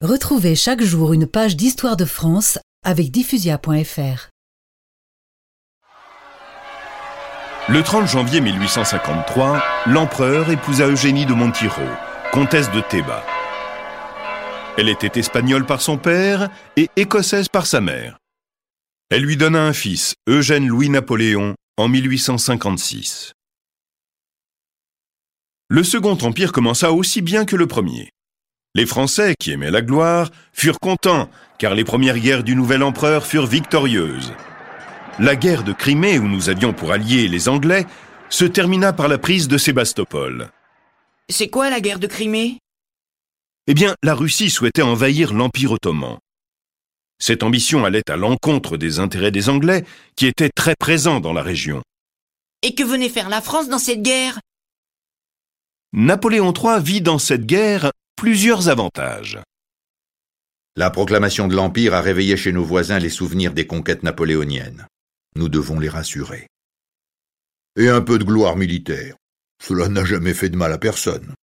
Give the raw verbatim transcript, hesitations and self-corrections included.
Retrouvez chaque jour une page d'histoire de France avec diffusia point f r. Le trente janvier mille huit cent cinquante-trois, l'empereur épousa Eugénie de Montijo, comtesse de Théba. Elle était espagnole par son père et écossaise par sa mère. Elle lui donna un fils, Eugène Louis-Napoléon, en mille huit cent cinquante-six. Le Second Empire commença aussi bien que le premier. Les Français, qui aimaient la gloire, furent contents, car les premières guerres du nouvel empereur furent victorieuses. La guerre de Crimée, où nous avions pour alliés les Anglais, se termina par la prise de Sébastopol. C'est quoi la guerre de Crimée ? Eh bien, la Russie souhaitait envahir l'Empire ottoman. Cette ambition allait à l'encontre des intérêts des Anglais, qui étaient très présents dans la région. Et que venait faire la France dans cette guerre ? Napoléon trois vit dans cette guerre plusieurs avantages. La proclamation de l'Empire a réveillé chez nos voisins les souvenirs des conquêtes napoléoniennes. Nous devons les rassurer. Et un peu de gloire militaire. Cela n'a jamais fait de mal à personne.